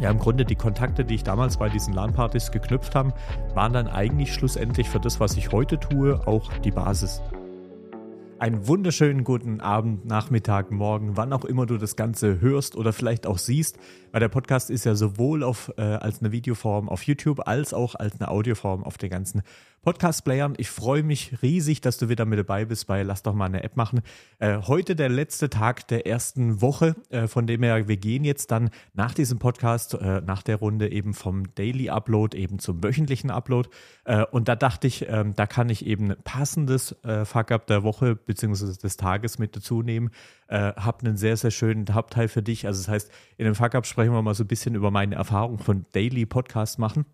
ja, im Grunde die Kontakte, die ich damals bei diesen LAN-Partys geknüpft habe, waren dann eigentlich schlussendlich für das, was ich heute tue, auch die Basis. Einen wunderschönen guten Abend, Nachmittag, Morgen, wann auch immer du das Ganze hörst oder vielleicht auch siehst, weil der Podcast ist ja sowohl als eine Videoform auf YouTube als auch als eine Audioform auf den ganzen Podcast-Playern. Ich freue mich riesig, dass du wieder mit dabei bist bei Lass doch mal eine App machen. Heute der letzte Tag der ersten Woche, von dem her, wir gehen jetzt dann nach diesem Podcast, nach der Runde eben vom Daily Upload eben zum wöchentlichen Upload. Und da dachte ich, da kann ich eben passendes Fuck-Up der Woche bzw. des Tages mit dazu nehmen. Habe einen sehr, sehr schönen Hauptteil für dich. Also das heißt, in dem Fuck-Up sprechen wir mal so ein bisschen über meine Erfahrung von Daily Podcast machen.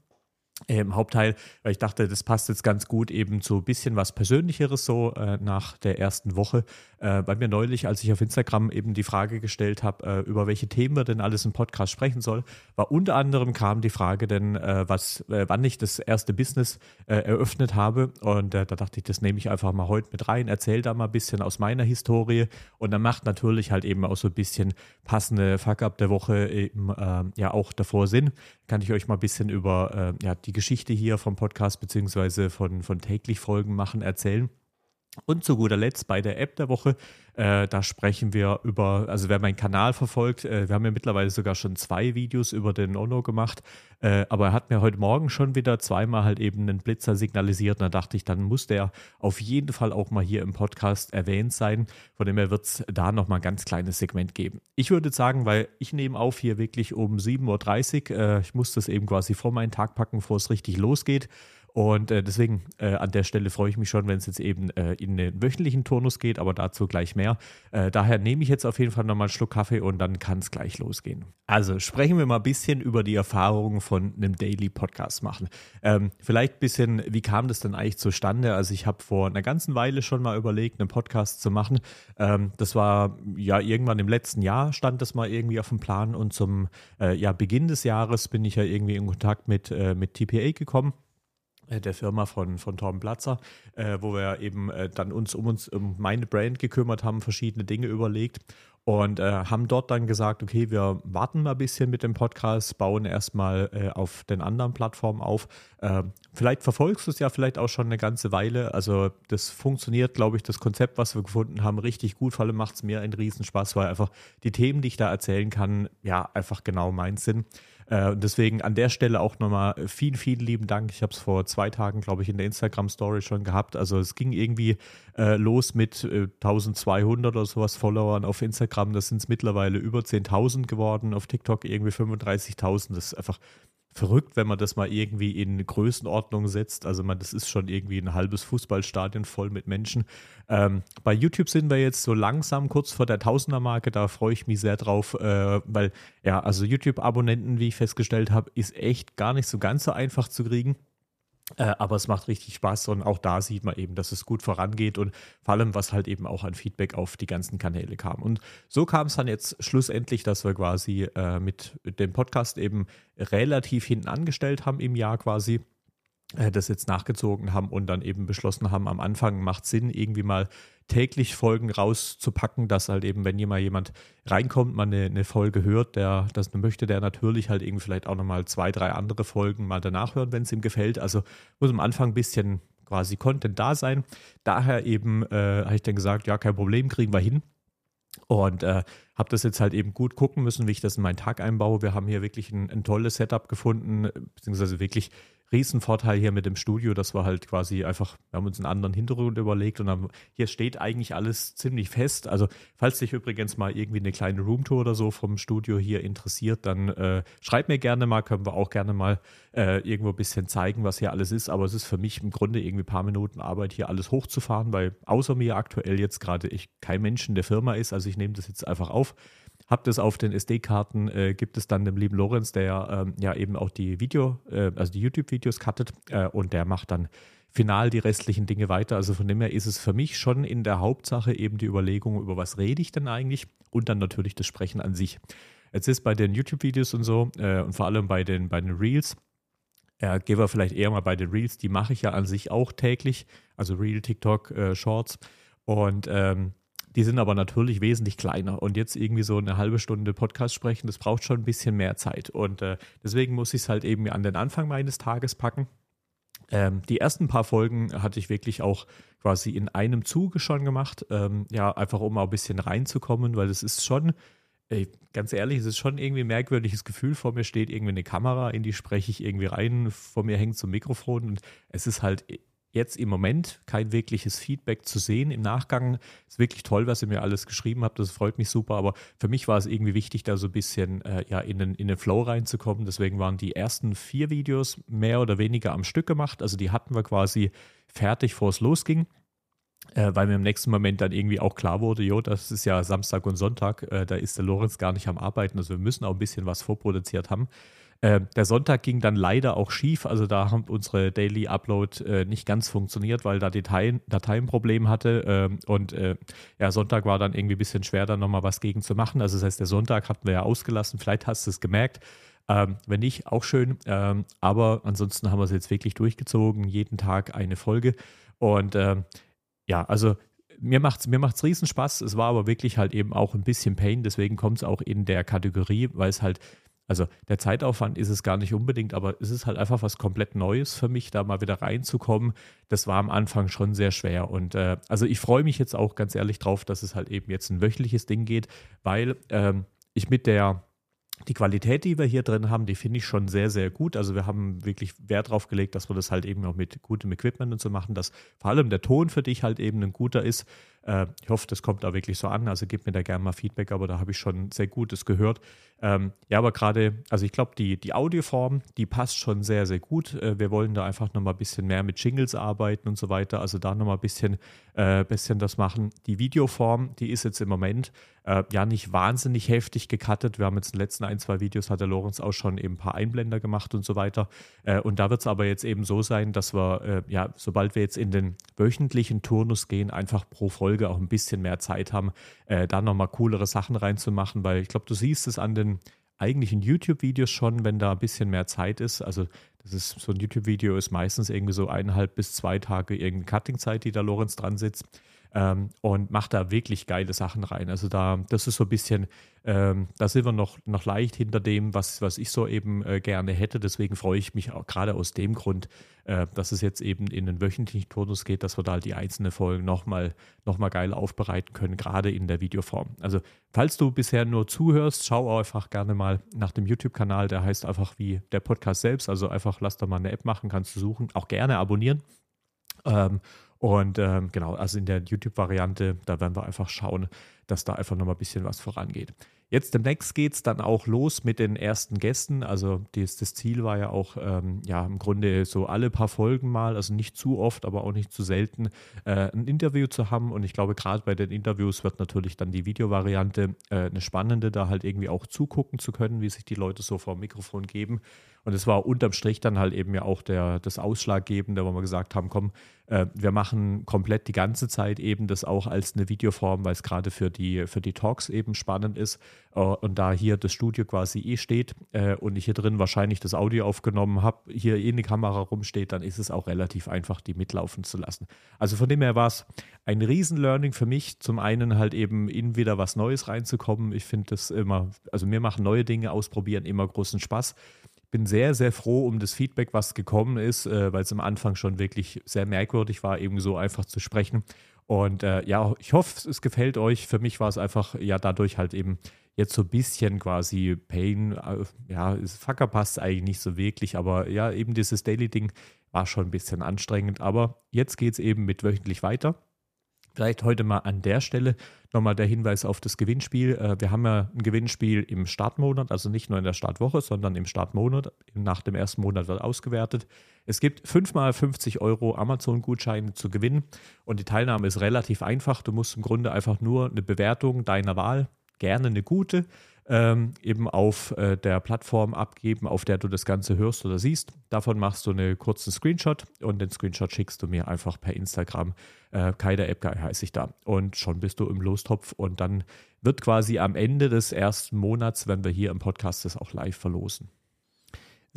Im Hauptteil, weil ich dachte, das passt jetzt ganz gut eben zu ein bisschen was Persönlicheres so nach der ersten Woche. Bei mir neulich, als ich auf Instagram eben die Frage gestellt habe, über welche Themen wir denn alles im Podcast sprechen soll, war unter anderem kam die Frage denn, wann ich das erste Business eröffnet habe, und da dachte ich, das nehme ich einfach mal heute mit rein, erzähle da mal ein bisschen aus meiner Historie, und dann macht natürlich halt eben auch so ein bisschen passende Fuck-Up der Woche eben ja auch davor Sinn. Kann ich euch mal ein bisschen über die Geschichte hier vom Podcast beziehungsweise von täglich Folgen machen erzählen. Und zu guter Letzt bei der App der Woche, da sprechen wir über, also wer meinen Kanal verfolgt, wir haben ja mittlerweile sogar schon 2 Videos über den Ono gemacht, aber er hat mir heute Morgen schon wieder zweimal halt eben einen Blitzer signalisiert, und da dachte ich, dann muss der auf jeden Fall auch mal hier im Podcast erwähnt sein, von dem her wird es da nochmal ein ganz kleines Segment geben. Ich würde sagen, weil ich nehme auf hier wirklich um 7:30 Uhr, ich muss das eben quasi vor meinen Tag packen, bevor es richtig losgeht. Und deswegen an der Stelle freue ich mich schon, wenn es jetzt eben in den wöchentlichen Turnus geht, aber dazu gleich mehr. Daher nehme ich jetzt auf jeden Fall nochmal einen Schluck Kaffee und dann kann es gleich losgehen. Also sprechen wir mal ein bisschen über die Erfahrungen von einem Daily Podcast machen. Vielleicht ein bisschen, wie kam das denn eigentlich zustande? Also ich habe vor einer ganzen Weile schon mal überlegt, einen Podcast zu machen. Das war ja irgendwann im letzten Jahr stand das mal irgendwie auf dem Plan, und zum Beginn des Jahres bin ich ja irgendwie in Kontakt mit TPA gekommen, der Firma von Torben Platzer, wo wir eben dann uns um meine Brand gekümmert haben, verschiedene Dinge überlegt und haben dort dann gesagt, okay, wir warten mal ein bisschen mit dem Podcast, bauen erstmal auf den anderen Plattformen auf. Vielleicht verfolgst du es ja vielleicht auch schon eine ganze Weile. Also das funktioniert, glaube ich, das Konzept, was wir gefunden haben, richtig gut. Vor allem macht es mir einen Riesenspaß, weil einfach die Themen, die ich da erzählen kann, ja, einfach genau meins sind. Deswegen an der Stelle auch nochmal vielen, vielen lieben Dank. Ich habe es vor 2 Tagen, glaube ich, in der Instagram-Story schon gehabt. Also es ging irgendwie los mit 1200 oder sowas Followern auf Instagram. Das sind es mittlerweile über 10.000 geworden. Auf TikTok irgendwie 35.000. Das ist einfach verrückt, wenn man das mal irgendwie in Größenordnung setzt. Also das ist schon irgendwie ein halbes Fußballstadion voll mit Menschen. Bei YouTube sind wir jetzt so langsam kurz vor der Tausender-Marke. Da freue ich mich sehr drauf, weil ja, also YouTube-Abonnenten, wie ich festgestellt habe, ist echt gar nicht so ganz so einfach zu kriegen. Aber es macht richtig Spaß, und auch da sieht man eben, dass es gut vorangeht und vor allem, was halt eben auch an Feedback auf die ganzen Kanäle kam. Und so kam es dann jetzt schlussendlich, dass wir quasi mit dem Podcast eben relativ hinten angestellt haben im Jahr quasi, das jetzt nachgezogen haben und dann eben beschlossen haben, am Anfang macht Sinn, irgendwie mal täglich Folgen rauszupacken, dass halt eben, wenn hier mal jemand reinkommt, man eine Folge hört, der das möchte, der natürlich halt irgendwie vielleicht auch nochmal 2, 3 andere Folgen mal danach hören, wenn es ihm gefällt. Also muss am Anfang ein bisschen quasi Content da sein. Daher eben habe ich dann gesagt, ja, kein Problem, kriegen wir hin. Und habe das jetzt halt eben gut gucken müssen, wie ich das in meinen Tag einbaue. Wir haben hier wirklich ein tolles Setup gefunden, beziehungsweise wirklich Riesenvorteil hier mit dem Studio, dass wir halt quasi einfach, wir haben uns einen anderen Hintergrund überlegt, und haben, hier steht eigentlich alles ziemlich fest. Also falls dich übrigens mal irgendwie eine kleine Roomtour oder so vom Studio hier interessiert, dann schreib mir gerne mal, können wir auch gerne mal irgendwo ein bisschen zeigen, was hier alles ist. Aber es ist für mich im Grunde irgendwie ein paar Minuten Arbeit, hier alles hochzufahren, weil außer mir aktuell jetzt gerade kein Mensch in der Firma ist. Also ich nehme das jetzt einfach auf. Habt es auf den SD-Karten, gibt es dann dem lieben Lorenz, der ja eben auch die also die YouTube-Videos cuttet, und der macht dann final die restlichen Dinge weiter. Also von dem her ist es für mich schon in der Hauptsache eben die Überlegung, über was rede ich denn eigentlich, und dann natürlich das Sprechen an sich. Jetzt ist bei den YouTube-Videos und so und vor allem bei den Reels, gehen wir vielleicht eher mal bei den Reels, die mache ich ja an sich auch täglich, also Reel, TikTok, Shorts, und Die sind aber natürlich wesentlich kleiner. Und jetzt irgendwie so eine halbe Stunde Podcast sprechen, das braucht schon ein bisschen mehr Zeit. Und deswegen muss ich es halt eben an den Anfang meines Tages packen. Die ersten paar Folgen hatte ich wirklich auch quasi in einem Zuge schon gemacht. Ja, einfach um auch ein bisschen reinzukommen, weil es ist schon, ganz ehrlich, es ist schon irgendwie ein merkwürdiges Gefühl. Vor mir steht irgendwie eine Kamera, in die spreche ich irgendwie rein. Vor mir hängt so ein Mikrofon und es ist halt jetzt im Moment kein wirkliches Feedback zu sehen. Im Nachgang ist wirklich toll, was ihr mir alles geschrieben habt. Das freut mich super. Aber für mich war es irgendwie wichtig, da so ein bisschen ja, in den Flow reinzukommen. Deswegen waren die ersten 4 Videos mehr oder weniger am Stück gemacht. Also die hatten wir quasi fertig, bevor es losging. Weil mir im nächsten Moment dann irgendwie auch klar wurde, jo, das ist ja Samstag und Sonntag, da ist der Lorenz gar nicht am Arbeiten. Also wir müssen auch ein bisschen was vorproduziert haben. Der Sonntag ging dann leider auch schief, also da haben unsere Daily Upload nicht ganz funktioniert, weil da Dateienproblem hatte ja, Sonntag war dann irgendwie ein bisschen schwer, da nochmal was gegen zu machen. Also das heißt, der Sonntag hatten wir ja ausgelassen, vielleicht hast du es gemerkt. Wenn nicht, auch schön. Aber ansonsten haben wir es jetzt wirklich durchgezogen, jeden Tag eine Folge. Und ja, also mir macht's Riesenspaß. Es war aber wirklich halt eben auch ein bisschen Pain, deswegen kommt es auch in der Kategorie, weil es halt, also der Zeitaufwand ist es gar nicht unbedingt, aber es ist halt einfach was komplett Neues für mich, da mal wieder reinzukommen. Das war am Anfang schon sehr schwer und also ich freue mich jetzt auch ganz ehrlich drauf, dass es halt eben jetzt ein wöchentliches Ding geht, weil ich die Qualität, die wir hier drin haben, die finde ich schon sehr, sehr gut. Also wir haben wirklich Wert drauf gelegt, dass wir das halt eben auch mit gutem Equipment und so machen, dass vor allem der Ton für dich halt eben ein guter ist. Ich hoffe, das kommt da wirklich so an. Also gib mir da gerne mal Feedback, aber da habe ich schon sehr Gutes gehört. Ja, aber gerade, also ich glaube, die Audioform, die passt schon sehr, sehr gut. Wir wollen da einfach nochmal ein bisschen mehr mit Jingles arbeiten und so weiter. Also da nochmal ein bisschen das machen. Die Videoform, die ist jetzt im Moment ja nicht wahnsinnig heftig gecuttet. Wir haben jetzt in den letzten 1, 2 Videos, hat der Lorenz auch schon eben ein paar Einblender gemacht und so weiter. Und da wird es aber jetzt eben so sein, dass wir, ja, sobald wir jetzt in den wöchentlichen Turnus gehen, einfach pro Folge auch ein bisschen mehr Zeit haben, da nochmal coolere Sachen reinzumachen, weil ich glaube, du siehst es an den eigentlichen YouTube-Videos schon, wenn da ein bisschen mehr Zeit ist. Also das ist so ein YouTube-Video ist meistens irgendwie so 1,5 bis 2 Tage irgendeine Cutting-Zeit, die da Lorenz dran sitzt. Und macht da wirklich geile Sachen rein. Also das ist so ein bisschen, da sind wir noch leicht hinter dem, was ich so eben gerne hätte. Deswegen freue ich mich auch gerade aus dem Grund, dass es jetzt eben in den wöchentlichen Turnus geht, dass wir da halt die einzelnen Folgen noch mal geil aufbereiten können, gerade in der Videoform. Also falls du bisher nur zuhörst, schau auch einfach gerne mal nach dem YouTube-Kanal, der heißt einfach wie der Podcast selbst, also einfach lass da mal eine App machen, kannst du suchen, auch gerne abonnieren. Genau, also in der YouTube-Variante, da werden wir einfach schauen, dass da einfach nochmal ein bisschen was vorangeht. Jetzt demnächst geht es dann auch los mit den ersten Gästen. Also das Ziel war ja auch, ja, im Grunde so alle paar Folgen mal, also nicht zu oft, aber auch nicht zu selten, ein Interview zu haben. Und ich glaube, gerade bei den Interviews wird natürlich dann die Videovariante eine spannende, da halt irgendwie auch zugucken zu können, wie sich die Leute so vor dem Mikrofon geben. Und es war unterm Strich dann halt eben ja auch das Ausschlaggebende, wo wir gesagt haben, komm, wir machen komplett die ganze Zeit eben das auch als eine Videoform, weil es gerade für die Talks eben spannend ist. Und da hier das Studio quasi steht und ich hier drin wahrscheinlich das Audio aufgenommen habe, hier eine Kamera rumsteht, dann ist es auch relativ einfach, die mitlaufen zu lassen. Also von dem her war es ein Riesen-Learning für mich. Zum einen halt eben in wieder was Neues reinzukommen. Ich finde das immer, also mir machen neue Dinge ausprobieren immer großen Spaß. Bin sehr, sehr froh um das Feedback, was gekommen ist, weil es am Anfang schon wirklich sehr merkwürdig war, eben so einfach zu sprechen. Und ja, ich hoffe, es gefällt euch. Für mich war es einfach, ja, dadurch halt eben jetzt so ein bisschen quasi Pain. Ja, Fucker passt eigentlich nicht so wirklich, aber ja, eben dieses Daily-Ding war schon ein bisschen anstrengend. Aber jetzt geht es eben mit wöchentlich weiter. Vielleicht heute mal an der Stelle nochmal der Hinweis auf das Gewinnspiel. Wir haben ja ein Gewinnspiel im Startmonat, also nicht nur in der Startwoche, sondern im Startmonat. Nach dem ersten Monat wird ausgewertet. Es gibt 5x 50 € Amazon-Gutscheine zu gewinnen und die Teilnahme ist relativ einfach. Du musst im Grunde einfach nur eine Bewertung deiner Wahl, gerne eine gute, eben auf der Plattform abgeben, auf der du das Ganze hörst oder siehst. Davon machst du einen kurzen Screenshot und den Screenshot schickst du mir einfach per Instagram. Kai der App heiße ich da. Und schon bist du im Lostopf und dann wird quasi am Ende des ersten Monats, wenn wir hier im Podcast das auch live verlosen.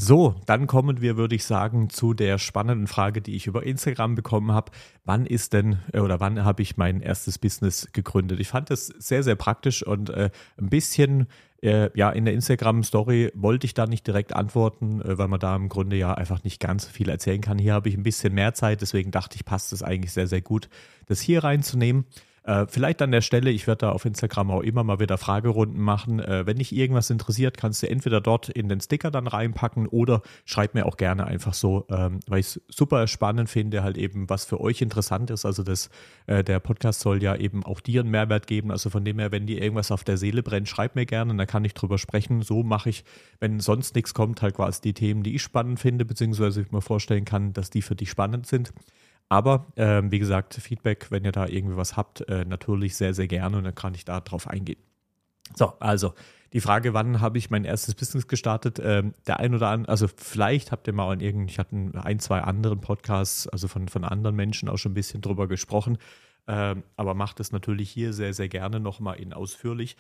So, dann kommen wir, würde ich sagen, zu der spannenden Frage, die ich über Instagram bekommen habe. Wann ist denn oder wann habe ich mein erstes Business gegründet? Ich fand das sehr, sehr praktisch und ein bisschen, ja, in der Instagram-Story wollte ich da nicht direkt antworten, weil man da im Grunde ja einfach nicht ganz so viel erzählen kann. Hier habe ich ein bisschen mehr Zeit, deswegen dachte ich, passt es eigentlich sehr, sehr gut, das hier reinzunehmen. Vielleicht an der Stelle, ich werde da auf Instagram auch immer mal wieder Fragerunden machen. Wenn dich irgendwas interessiert, kannst du entweder dort in den Sticker dann reinpacken oder schreib mir auch gerne einfach so, weil ich es super spannend finde, halt eben, was für euch interessant ist. Also der Podcast soll ja eben auch dir einen Mehrwert geben. Also von dem her, wenn dir irgendwas auf der Seele brennt, schreib mir gerne, dann kann ich drüber sprechen. So mache ich, wenn sonst nichts kommt, halt quasi die Themen, die ich spannend finde, beziehungsweise ich mir vorstellen kann, dass die für dich spannend sind. Aber wie gesagt, Feedback, wenn ihr da irgendwie was habt, natürlich sehr, sehr gerne und dann kann ich da drauf eingehen. So, also die Frage, wann habe ich mein erstes Business gestartet? Der ein oder andere, also vielleicht habt ihr mal ich hatte ein, zwei anderen Podcasts, also von anderen Menschen auch schon ein bisschen drüber gesprochen, aber macht es natürlich hier sehr, sehr gerne nochmal in ausführlich.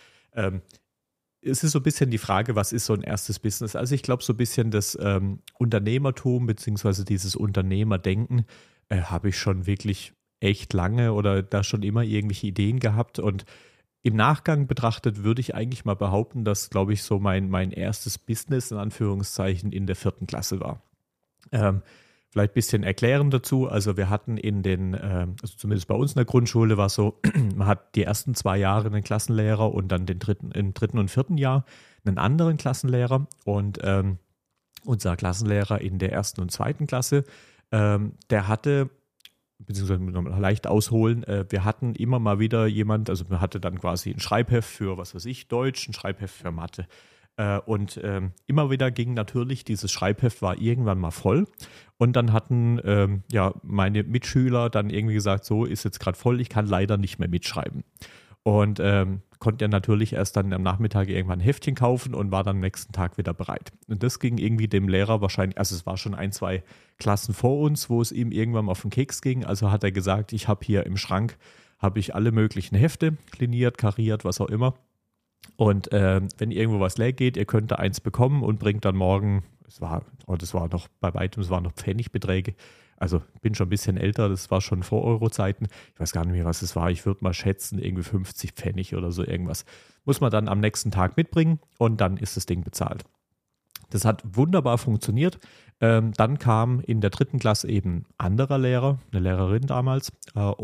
Es ist so ein bisschen die Frage, was ist so ein erstes Business? Also ich glaube, so ein bisschen das Unternehmertum beziehungsweise dieses Unternehmerdenken habe ich schon wirklich echt lange oder da schon immer irgendwelche Ideen gehabt und im Nachgang betrachtet würde ich eigentlich mal behaupten, dass, glaube ich, so mein erstes Business in Anführungszeichen in der 4. Klasse war. Ähm, Vielleicht ein bisschen erklären dazu. Also wir hatten also zumindest bei uns in der Grundschule war es so, man hat die ersten 2 Jahre einen Klassenlehrer und dann im dritten und 4. Jahr einen anderen Klassenlehrer und unser Klassenlehrer in der 1. und 2. Klasse, der hatte beziehungsweise noch leicht ausholen. Wir hatten immer mal wieder also man hatte dann quasi ein Schreibheft für, was weiß ich, Deutsch, ein Schreibheft für Mathe. Und immer wieder ging natürlich, dieses Schreibheft war irgendwann mal voll. Und dann hatten ja meine Mitschüler dann irgendwie gesagt, so ist jetzt gerade voll, ich kann leider nicht mehr mitschreiben. Und konnte er natürlich erst dann am Nachmittag irgendwann ein Heftchen kaufen und war dann am nächsten Tag wieder bereit. Und das ging irgendwie dem Lehrer wahrscheinlich, also es war schon ein, zwei Klassen vor uns, wo es ihm irgendwann mal auf den Keks ging. Also hat er gesagt, ich habe hier im Schrank, habe ich alle möglichen Hefte, kliniert, kariert, was auch immer. Und wenn irgendwo was leer geht, ihr könnt da eins bekommen und bringt dann morgen, das war noch bei weitem, es waren noch Pfennigbeträge. Also bin schon ein bisschen älter, das war schon vor Euro-Zeiten. Ich weiß gar nicht mehr, was es war. Ich würde mal schätzen, irgendwie 50 Pfennig oder so irgendwas. Muss man dann am nächsten Tag mitbringen und dann ist das Ding bezahlt. Das hat wunderbar funktioniert. Dann kam in der 3. Klasse eben ein anderer Lehrer, eine Lehrerin damals.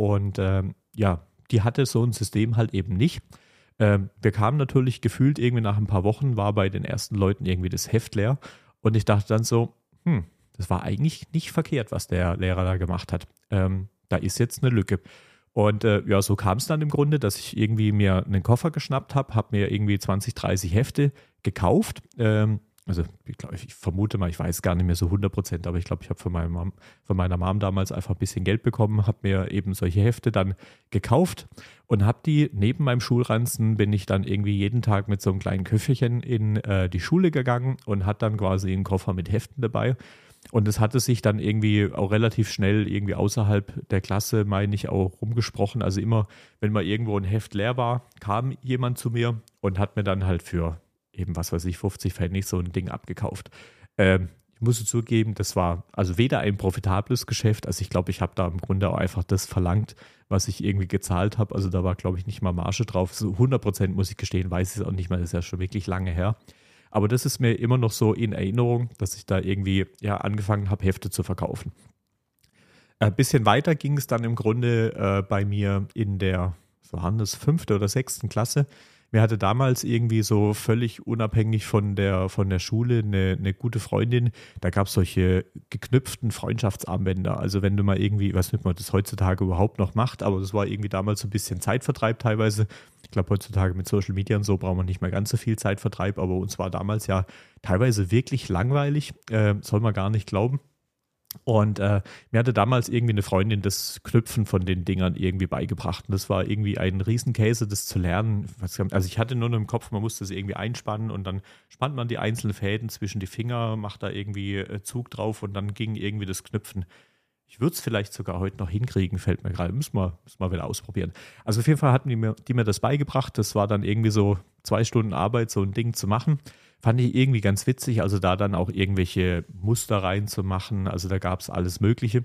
Ja, die hatte so ein System halt eben nicht. Wir kamen natürlich gefühlt irgendwie nach ein paar Wochen, war bei den ersten Leuten irgendwie das Heft leer. Und ich dachte dann so, das war eigentlich nicht verkehrt, was der Lehrer da gemacht hat. Da ist jetzt eine Lücke. Und ja, so kam es dann im Grunde, dass ich irgendwie mir einen Koffer geschnappt habe mir irgendwie 20, 30 Hefte gekauft. Also ich vermute mal, ich weiß gar nicht mehr so 100%, aber ich glaube, ich habe von meiner Mom damals einfach ein bisschen Geld bekommen, habe mir eben solche Hefte dann gekauft und habe die neben meinem Schulranzen, bin ich dann irgendwie jeden Tag mit so einem kleinen Köfferchen in die Schule gegangen und hatte dann quasi einen Koffer mit Heften dabei. Und es hatte sich dann irgendwie auch relativ schnell irgendwie außerhalb der Klasse, meine ich, auch rumgesprochen. Also immer, wenn mal irgendwo ein Heft leer war, kam jemand zu mir und hat mir dann halt für eben, was weiß ich, 50 Pfennig so ein Ding abgekauft. Ich muss zugeben, das war also weder ein profitables Geschäft, also ich glaube, ich habe da im Grunde auch einfach das verlangt, was ich irgendwie gezahlt habe. Also da war, glaube ich, nicht mal Marge drauf. So 100% muss ich gestehen, weiß ich es auch nicht mehr, das ist ja schon wirklich lange her. Aber das ist mir immer noch so in Erinnerung, dass ich da irgendwie ja angefangen habe, Hefte zu verkaufen. Ein bisschen weiter ging es dann im Grunde bei mir in der, was waren das, 5. oder 6. Klasse. Mir hatte damals irgendwie so völlig unabhängig von der Schule eine gute Freundin, da gab es solche geknüpften Freundschaftsarmbänder. Also wenn du mal irgendwie, ich weiß nicht, ob man das heutzutage überhaupt noch macht, aber das war irgendwie damals so ein bisschen Zeitvertreib teilweise. Ich glaube, heutzutage mit Social Media und so braucht man nicht mehr ganz so viel Zeitvertreib, aber uns war damals ja teilweise wirklich langweilig, soll man gar nicht glauben. Und mir hatte damals irgendwie eine Freundin das Knüpfen von den Dingern irgendwie beigebracht. Und das war irgendwie ein Riesenkäse, das zu lernen. Also ich hatte nur noch im Kopf, man musste es irgendwie einspannen und dann spannt man die einzelnen Fäden zwischen die Finger, macht da irgendwie Zug drauf und dann ging irgendwie das Knüpfen. Ich würde es vielleicht sogar heute noch hinkriegen, fällt mir gerade. Müssen wir wieder ausprobieren. Also auf jeden Fall hatten die mir das beigebracht. Das war dann irgendwie so 2 Stunden Arbeit, so ein Ding zu machen. Fand ich irgendwie ganz witzig, also da dann auch irgendwelche Muster reinzumachen. Also da gab es alles Mögliche.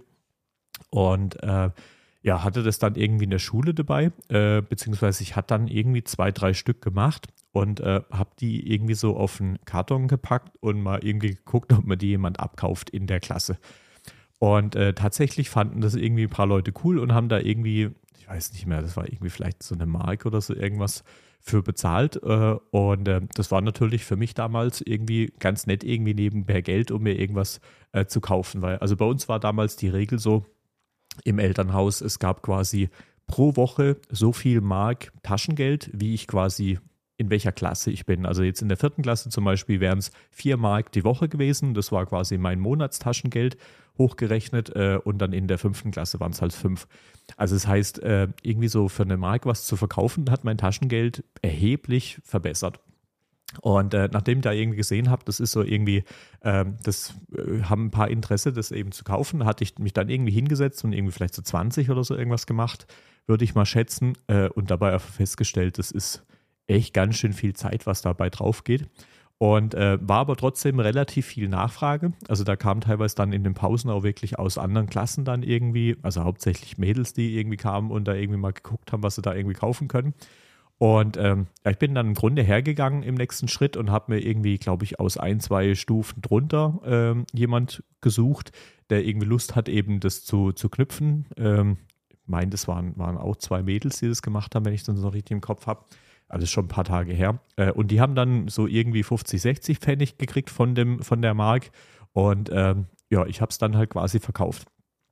Und ja, hatte das dann irgendwie in der Schule dabei, beziehungsweise ich hatte dann irgendwie 2, 3 Stück gemacht und habe die irgendwie so auf einen Karton gepackt und mal irgendwie geguckt, ob mir die jemand abkauft in der Klasse. Und tatsächlich fanden das irgendwie ein paar Leute cool und haben da irgendwie, ich weiß nicht mehr, das war irgendwie vielleicht so eine Mark oder so irgendwas für bezahlt. Und das war natürlich für mich damals irgendwie ganz nett, irgendwie nebenbei Geld, um mir irgendwas zu kaufen. Weil, also bei uns war damals die Regel so im Elternhaus, es gab quasi pro Woche so viel Mark Taschengeld, wie ich quasi in welcher Klasse ich bin. Also jetzt in der 4. Klasse zum Beispiel wären es 4 Mark die Woche gewesen. Das war quasi mein Monatstaschengeld hochgerechnet und dann in der 5. Klasse waren es halt 5. Also das heißt, irgendwie so für eine Mark was zu verkaufen, hat mein Taschengeld erheblich verbessert. Und nachdem ich da irgendwie gesehen habe, das ist so irgendwie, das haben ein paar Interesse, das eben zu kaufen, hatte ich mich dann irgendwie hingesetzt und irgendwie vielleicht so 20 oder so irgendwas gemacht, würde ich mal schätzen, und dabei einfach festgestellt, das ist echt ganz schön viel Zeit, was dabei drauf geht. Und war aber trotzdem relativ viel Nachfrage. Also da kamen teilweise dann in den Pausen auch wirklich aus anderen Klassen dann irgendwie, also hauptsächlich Mädels, die irgendwie kamen und da irgendwie mal geguckt haben, was sie da irgendwie kaufen können. Und ja, ich bin dann im Grunde hergegangen im nächsten Schritt und habe mir irgendwie, glaube ich, aus 1, 2 Stufen drunter jemand gesucht, der irgendwie Lust hat, eben das zu knüpfen. Ich meine, das waren auch 2 Mädels, die das gemacht haben, wenn ich das noch richtig im Kopf habe. Alles schon ein paar Tage her. Und die haben dann so irgendwie 50, 60 Pfennig gekriegt von der Mark. Und ja, ich habe es dann halt quasi verkauft.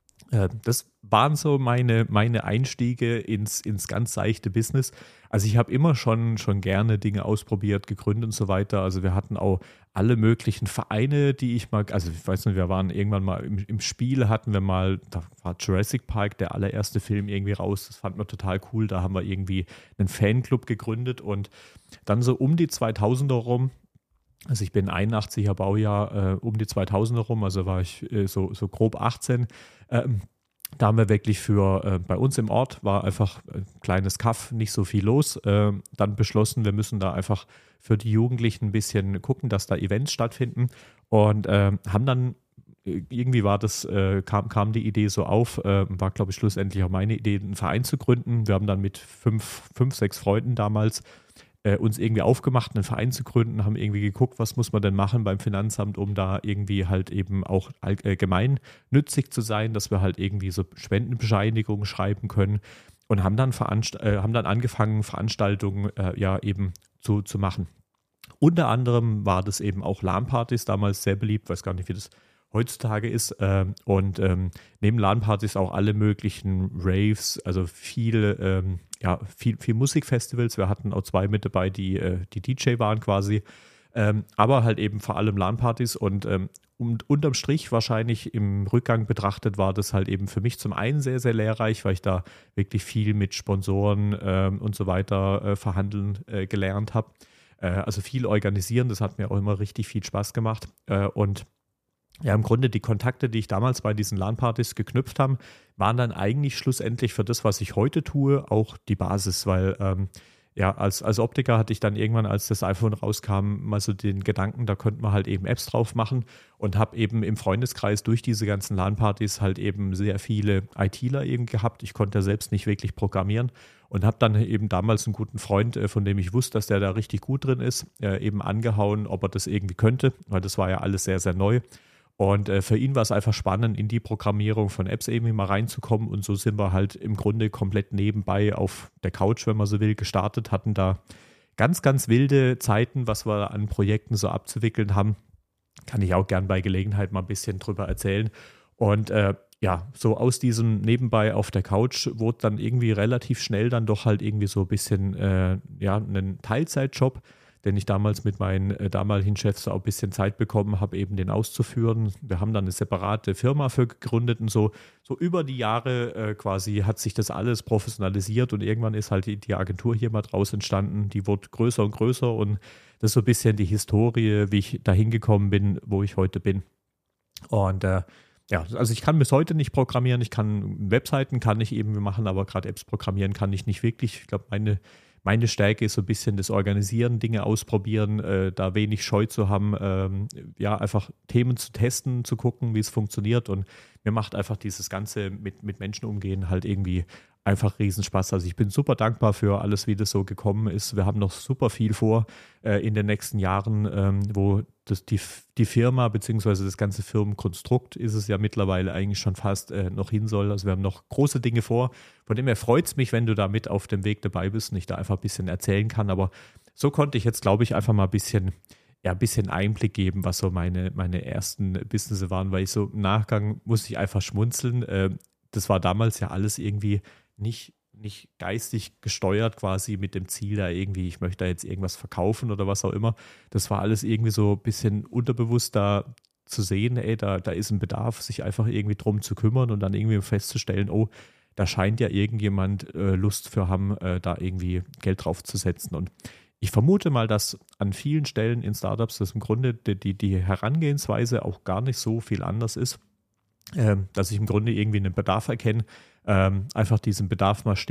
Das waren so meine Einstiege ins ganz seichte Business. Also ich habe immer schon gerne Dinge ausprobiert, gegründet und so weiter. Also wir hatten auch alle möglichen Vereine, die ich mal, also ich weiß nicht, wir waren irgendwann mal im Spiel, hatten wir mal, da war Jurassic Park, der allererste Film irgendwie raus. Das fand man total cool. Da haben wir irgendwie einen Fanclub gegründet und dann so um die 2000er rum. Also ich bin 81er Baujahr, um die 2000er rum, also war ich so grob 18. Da haben wir wirklich bei uns im Ort war einfach ein kleines Kaff, nicht so viel los. Dann beschlossen, wir müssen da einfach für die Jugendlichen ein bisschen gucken, dass da Events stattfinden und haben dann irgendwie kam die Idee so auf, war glaube ich schlussendlich auch meine Idee, einen Verein zu gründen. Wir haben dann mit 6 Freunden damals uns irgendwie aufgemacht, einen Verein zu gründen, haben irgendwie geguckt, was muss man denn machen beim Finanzamt, um da irgendwie halt eben auch gemeinnützig zu sein, dass wir halt irgendwie so Spendenbescheinigungen schreiben können und haben dann angefangen, Veranstaltungen ja eben zu machen. Unter anderem war das eben auch LAN-Partys damals sehr beliebt, weiß gar nicht, wie das heutzutage ist. Und neben LAN-Partys auch alle möglichen Raves, also viel Musikfestivals. Wir hatten auch 2 mit dabei, die DJ waren quasi. Aber halt eben vor allem LAN-Partys und unterm Strich wahrscheinlich im Rückgang betrachtet war das halt eben für mich zum einen sehr, sehr lehrreich, weil ich da wirklich viel mit Sponsoren und so weiter verhandeln gelernt habe. Also viel organisieren, das hat mir auch immer richtig viel Spaß gemacht. Und ja, im Grunde die Kontakte, die ich damals bei diesen LAN-Partys geknüpft habe, waren dann eigentlich schlussendlich für das, was ich heute tue, auch die Basis, weil ja, als Optiker hatte ich dann irgendwann, als das iPhone rauskam, mal so den Gedanken, da könnte man halt eben Apps drauf machen und habe eben im Freundeskreis durch diese ganzen LAN-Partys halt eben sehr viele ITler eben gehabt. Ich konnte ja selbst nicht wirklich programmieren und habe dann eben damals einen guten Freund, von dem ich wusste, dass der da richtig gut drin ist, eben angehauen, ob er das irgendwie könnte, weil das war ja alles sehr, sehr neu. Und für ihn war es einfach spannend, in die Programmierung von Apps irgendwie mal reinzukommen. Und so sind wir halt im Grunde komplett nebenbei auf der Couch, wenn man so will, gestartet, hatten da ganz, ganz wilde Zeiten, was wir an Projekten so abzuwickeln haben. Kann ich auch gern bei Gelegenheit mal ein bisschen drüber erzählen. Und ja, so aus diesem nebenbei auf der Couch wurde dann irgendwie relativ schnell dann doch halt irgendwie so ein bisschen einen Teilzeitjob, den ich damals mit meinen damaligen Chefs auch ein bisschen Zeit bekommen habe, eben den auszuführen. Wir haben dann eine separate Firma für gegründet und so über die Jahre quasi hat sich das alles professionalisiert und irgendwann ist halt die Agentur hier mal draus entstanden. Die wurde größer und größer und das ist so ein bisschen die Historie, wie ich da hingekommen bin, wo ich heute bin. Und Ja, also ich kann bis heute nicht programmieren, ich kann Webseiten kann ich eben machen, aber gerade Apps programmieren kann ich nicht wirklich. Ich glaube, meine Stärke ist so ein bisschen das Organisieren, Dinge ausprobieren, da wenig Scheu zu haben, ja, einfach Themen zu testen, zu gucken, wie es funktioniert. Und mir macht einfach dieses Ganze mit Menschen umgehen halt irgendwie einfach Riesenspaß. Also ich bin super dankbar für alles, wie das so gekommen ist. Wir haben noch super viel vor in den nächsten Jahren, wo die Firma beziehungsweise das ganze Firmenkonstrukt ist es ja mittlerweile eigentlich schon fast noch hin soll. Also wir haben noch große Dinge vor. Von dem her freut es mich, wenn du da mit auf dem Weg dabei bist und ich da einfach ein bisschen erzählen kann. Aber so konnte ich jetzt, glaube ich, einfach mal ein bisschen Einblick geben, was so meine ersten Businesses waren, weil ich so im Nachgang musste ich einfach schmunzeln. Das war damals ja alles irgendwie nicht geistig gesteuert quasi mit dem Ziel da irgendwie, ich möchte da jetzt irgendwas verkaufen oder was auch immer. Das war alles irgendwie so ein bisschen unterbewusst da zu sehen, ey, da ist ein Bedarf, sich einfach irgendwie drum zu kümmern und dann irgendwie festzustellen, oh, da scheint ja irgendjemand Lust für haben, da irgendwie Geld drauf zu setzen. Und ich vermute mal, dass an vielen Stellen in Startups das im Grunde die Herangehensweise auch gar nicht so viel anders ist, dass ich im Grunde irgendwie einen Bedarf erkenne, einfach diesen Bedarf mal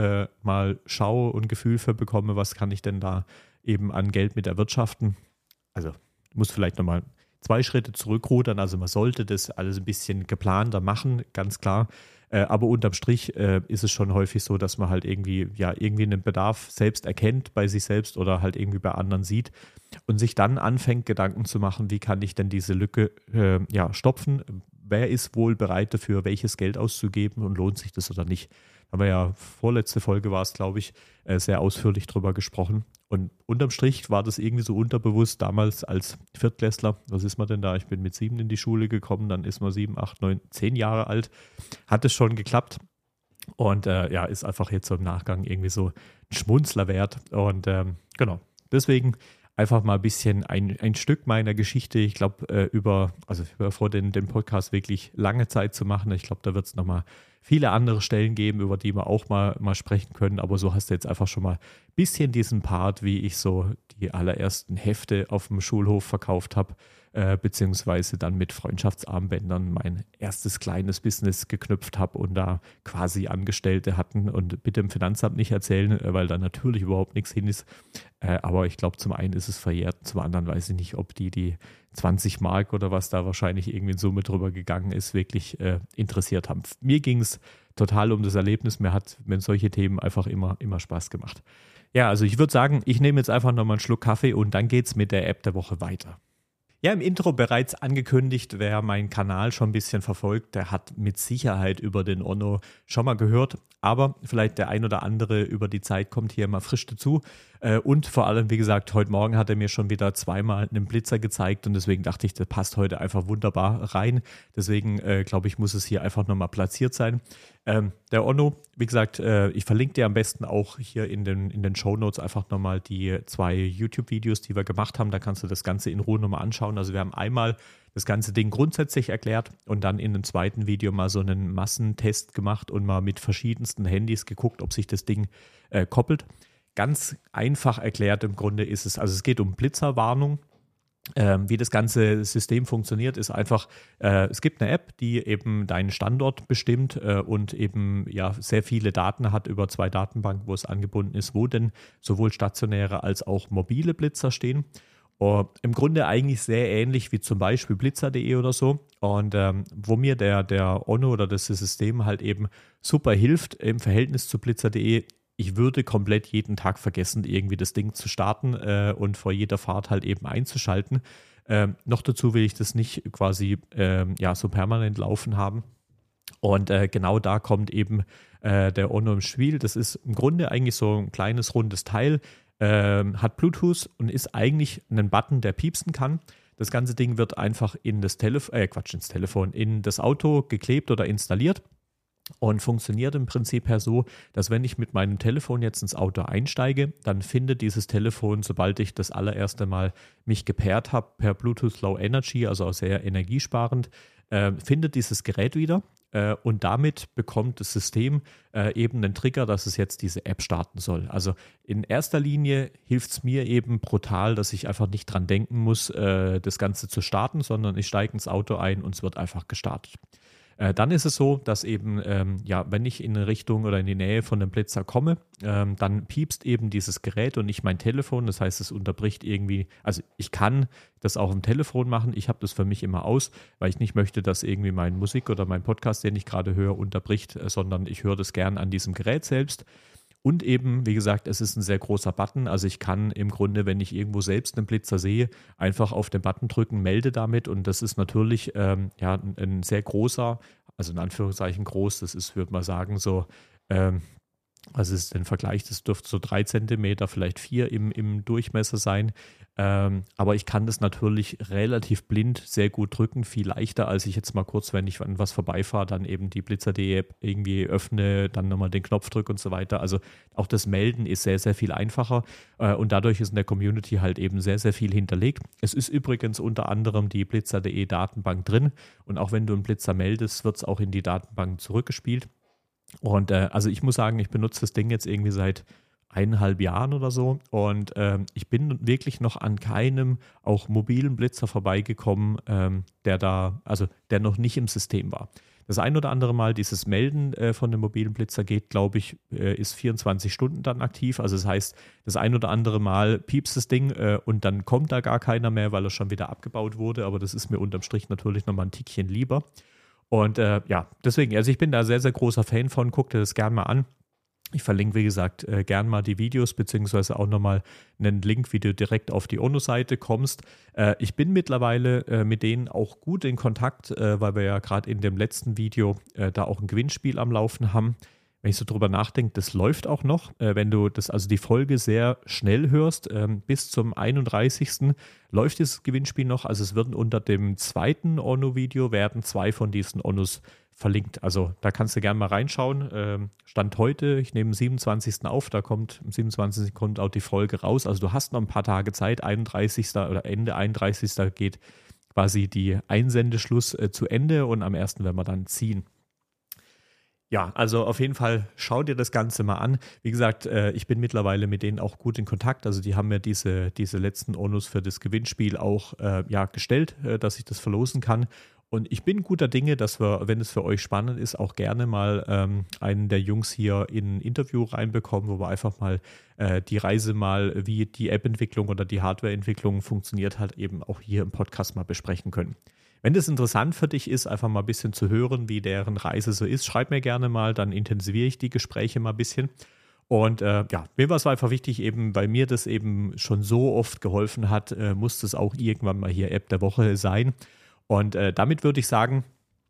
mal schaue und Gefühl für bekomme, was kann ich denn da eben an Geld mit erwirtschaften. Also muss vielleicht nochmal 2 Schritte zurückrudern, also man sollte das alles ein bisschen geplanter machen, ganz klar. Aber unterm Strich ist es schon häufig so, dass man halt irgendwie einen Bedarf selbst erkennt bei sich selbst oder halt irgendwie bei anderen sieht und sich dann anfängt, Gedanken zu machen, wie kann ich denn diese Lücke stopfen? Wer ist wohl bereit dafür, welches Geld auszugeben und lohnt sich das oder nicht? Da haben wir ja, vorletzte Folge war es, glaube ich, sehr ausführlich drüber gesprochen. Und unterm Strich war das irgendwie so unterbewusst damals als Viertklässler. Was ist man denn da? Ich bin mit 7 in die Schule gekommen, dann ist man 7, 8, 9, 10 Jahre alt. Hat es schon geklappt und ist einfach jetzt so im Nachgang irgendwie so ein Schmunzler wert. Und genau, deswegen einfach mal ein bisschen ein Stück meiner Geschichte. Ich glaube, ich war froh, den Podcast wirklich lange Zeit zu machen. Ich glaube, da wird es nochmal viele andere Stellen geben, über die wir auch mal sprechen können. Aber so hast du jetzt einfach schon mal ein bisschen diesen Part, wie ich so die allerersten Hefte auf dem Schulhof verkauft habe, beziehungsweise dann mit Freundschaftsarmbändern mein erstes kleines Business geknüpft habe und da quasi Angestellte hatten. Und bitte im Finanzamt nicht erzählen, weil da natürlich überhaupt nichts hin ist. Aber ich glaube, zum einen ist es verjährt, zum anderen weiß ich nicht, ob die 20 Mark oder was da wahrscheinlich irgendwie in Summe drüber gegangen ist, wirklich interessiert haben. Mir ging es total um das Erlebnis. Mir hat solche Themen einfach immer Spaß gemacht. Ja, also ich würde sagen, ich nehme jetzt einfach nochmal einen Schluck Kaffee und dann geht es mit der App der Woche weiter. Ja, im Intro bereits angekündigt, wer meinen Kanal schon ein bisschen verfolgt, der hat mit Sicherheit über den Onno schon mal gehört, aber vielleicht der ein oder andere über die Zeit kommt hier mal frisch dazu und vor allem, wie gesagt, heute Morgen hat er mir schon wieder 2-mal einen Blitzer gezeigt und deswegen dachte ich, das passt heute einfach wunderbar rein, deswegen glaube ich, muss es hier einfach nochmal platziert sein. Der Onno, wie gesagt, ich verlinke dir am besten auch hier in den Shownotes einfach nochmal die 2 YouTube-Videos, die wir gemacht haben. Da kannst du das Ganze in Ruhe nochmal anschauen. Also wir haben einmal das ganze Ding grundsätzlich erklärt und dann in einem zweiten Video mal so einen Massentest gemacht und mal mit verschiedensten Handys geguckt, ob sich das Ding koppelt. Ganz einfach erklärt im Grunde ist es, also es geht um Blitzerwarnung. Wie das ganze System funktioniert, ist einfach, es gibt eine App, die eben deinen Standort bestimmt und eben sehr viele Daten hat über 2 Datenbanken, wo es angebunden ist, wo denn sowohl stationäre als auch mobile Blitzer stehen. Im Grunde eigentlich sehr ähnlich wie zum Beispiel blitzer.de oder so. Und wo mir der Onno oder das System halt eben super hilft im Verhältnis zu blitzer.de, ich würde komplett jeden Tag vergessen, irgendwie das Ding zu starten und vor jeder Fahrt halt eben einzuschalten. Noch dazu will ich das nicht quasi so permanent laufen haben. Und genau da kommt eben der Onno im Spiel. Das ist im Grunde eigentlich so ein kleines rundes Teil, hat Bluetooth und ist eigentlich ein Button, der piepsen kann. Das ganze Ding wird einfach in das in das Auto geklebt oder installiert. Und funktioniert im Prinzip her so, dass wenn ich mit meinem Telefon jetzt ins Auto einsteige, dann findet dieses Telefon, sobald ich das allererste Mal mich gepaart habe per Bluetooth Low Energy, also auch sehr energiesparend, findet dieses Gerät wieder und damit bekommt das System eben einen Trigger, dass es jetzt diese App starten soll. Also in erster Linie hilft es mir eben brutal, dass ich einfach nicht dran denken muss, das Ganze zu starten, sondern ich steige ins Auto ein und es wird einfach gestartet. Dann ist es so, dass eben, wenn ich in eine Richtung oder in die Nähe von einem Blitzer komme, dann piepst eben dieses Gerät und nicht mein Telefon. Das heißt, es unterbricht irgendwie, also ich kann das auch im Telefon machen. Ich habe das für mich immer aus, weil ich nicht möchte, dass irgendwie meine Musik oder mein Podcast, den ich gerade höre, unterbricht, sondern ich höre das gern an diesem Gerät selbst. Und eben, wie gesagt, es ist ein sehr großer Button. Also ich kann im Grunde, wenn ich irgendwo selbst einen Blitzer sehe, einfach auf den Button drücken, melde damit. Und das ist natürlich ein sehr großer, also in Anführungszeichen groß, das ist, würde man sagen, so, was ist denn Vergleich? Das dürfte so 3 Zentimeter, vielleicht 4 im Durchmesser sein. Aber ich kann das natürlich relativ blind sehr gut drücken, viel leichter, als ich jetzt mal kurz, wenn ich an was vorbeifahre, dann eben die Blitzer.de irgendwie öffne, dann nochmal den Knopf drücke und so weiter. Also auch das Melden ist sehr, sehr viel einfacher und dadurch ist in der Community halt eben sehr, sehr viel hinterlegt. Es ist übrigens unter anderem die Blitzer.de Datenbank drin und auch wenn du einen Blitzer meldest, wird es auch in die Datenbank zurückgespielt. Und also ich muss sagen, ich benutze das Ding jetzt irgendwie seit 1,5 Jahren oder so und ich bin wirklich noch an keinem auch mobilen Blitzer vorbeigekommen, der noch nicht im System war. Das ein oder andere Mal dieses Melden von dem mobilen Blitzer geht, glaube ich, ist 24 Stunden dann aktiv. Also das heißt, das ein oder andere Mal piepst das Ding und dann kommt da gar keiner mehr, weil er schon wieder abgebaut wurde. Aber das ist mir unterm Strich natürlich nochmal ein Tickchen lieber. Und deswegen, also ich bin da sehr, sehr großer Fan von, guck dir das gern mal an. Ich verlinke, wie gesagt, gern mal die Videos, beziehungsweise auch nochmal einen Link, wie du direkt auf die ONO-Seite kommst. Ich bin mittlerweile mit denen auch gut in Kontakt, weil wir ja gerade in dem letzten Video da auch ein Gewinnspiel am Laufen haben. Wenn ich so drüber nachdenke, das läuft auch noch. Wenn du also die Folge sehr schnell hörst, bis zum 31. läuft das Gewinnspiel noch. Also es werden unter dem zweiten ONO-Video werden 2 von diesen ONOs verlinkt. Also da kannst du gerne mal reinschauen. Stand heute, ich nehme am 27. auf, am 27. kommt auch die Folge raus. Also du hast noch ein paar Tage Zeit, 31. oder Ende 31. geht quasi die Einsendeschluss zu Ende und am 1. werden wir dann ziehen. Ja, also auf jeden Fall schau dir das Ganze mal an. Wie gesagt, ich bin mittlerweile mit denen auch gut in Kontakt. Also die haben mir diese letzten Onus für das Gewinnspiel auch gestellt, dass ich das verlosen kann. Und ich bin guter Dinge, dass wir, wenn es für euch spannend ist, auch gerne mal einen der Jungs hier in ein Interview reinbekommen, wo wir einfach mal die Reise mal, wie die App-Entwicklung oder die Hardware-Entwicklung funktioniert, halt eben auch hier im Podcast mal besprechen können. Wenn das interessant für dich ist, einfach mal ein bisschen zu hören, wie deren Reise so ist, schreib mir gerne mal, dann intensiviere ich die Gespräche mal ein bisschen. Und mir war es einfach wichtig, eben, weil mir das eben schon so oft geholfen hat, muss das auch irgendwann mal hier App der Woche sein. Und damit würde ich sagen,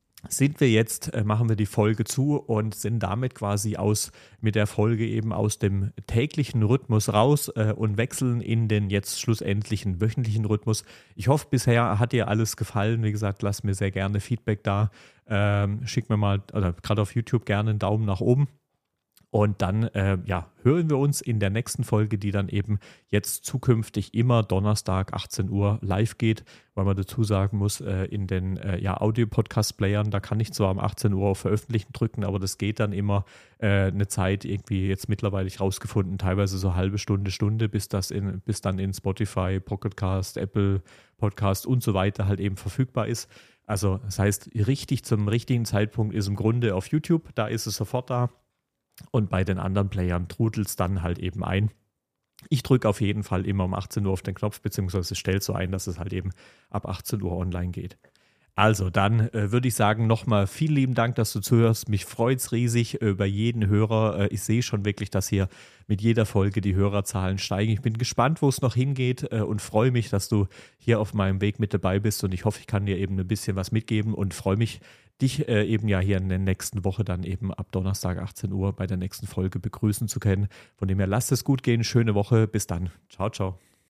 machen wir die Folge zu und sind damit quasi mit der Folge eben aus dem täglichen Rhythmus raus und wechseln in den jetzt schlussendlichen wöchentlichen Rhythmus. Ich hoffe, bisher hat dir alles gefallen. Wie gesagt, lass mir sehr gerne Feedback da. Schick mir mal, oder gerade auf YouTube gerne einen Daumen nach oben. Und dann hören wir uns in der nächsten Folge, die dann eben jetzt zukünftig immer Donnerstag 18 Uhr live geht, weil man dazu sagen muss, in den Audio-Podcast-Playern, da kann ich zwar um 18 Uhr auf Veröffentlichen drücken, aber das geht dann immer eine Zeit, irgendwie jetzt mittlerweile ich rausgefunden, teilweise so halbe Stunde, bis dann in Spotify, Pocket Cast, Apple Podcast und so weiter halt eben verfügbar ist. Also das heißt, zum richtigen Zeitpunkt ist im Grunde auf YouTube, da ist es sofort da. Und bei den anderen Playern trudelt es dann halt eben ein. Ich drücke auf jeden Fall immer um 18 Uhr auf den Knopf, beziehungsweise stelle so ein, dass es halt eben ab 18 Uhr online geht. Also dann würde ich sagen, nochmal vielen lieben Dank, dass du zuhörst. Mich freut es riesig über jeden Hörer. Ich sehe schon wirklich, dass hier mit jeder Folge die Hörerzahlen steigen. Ich bin gespannt, wo es noch hingeht und freue mich, dass du hier auf meinem Weg mit dabei bist. Und ich hoffe, ich kann dir eben ein bisschen was mitgeben und freue mich, dich eben ja hier in der nächsten Woche dann eben ab Donnerstag 18 Uhr bei der nächsten Folge begrüßen zu können. Von dem her, lasst es gut gehen. Schöne Woche. Bis dann. Ciao, ciao.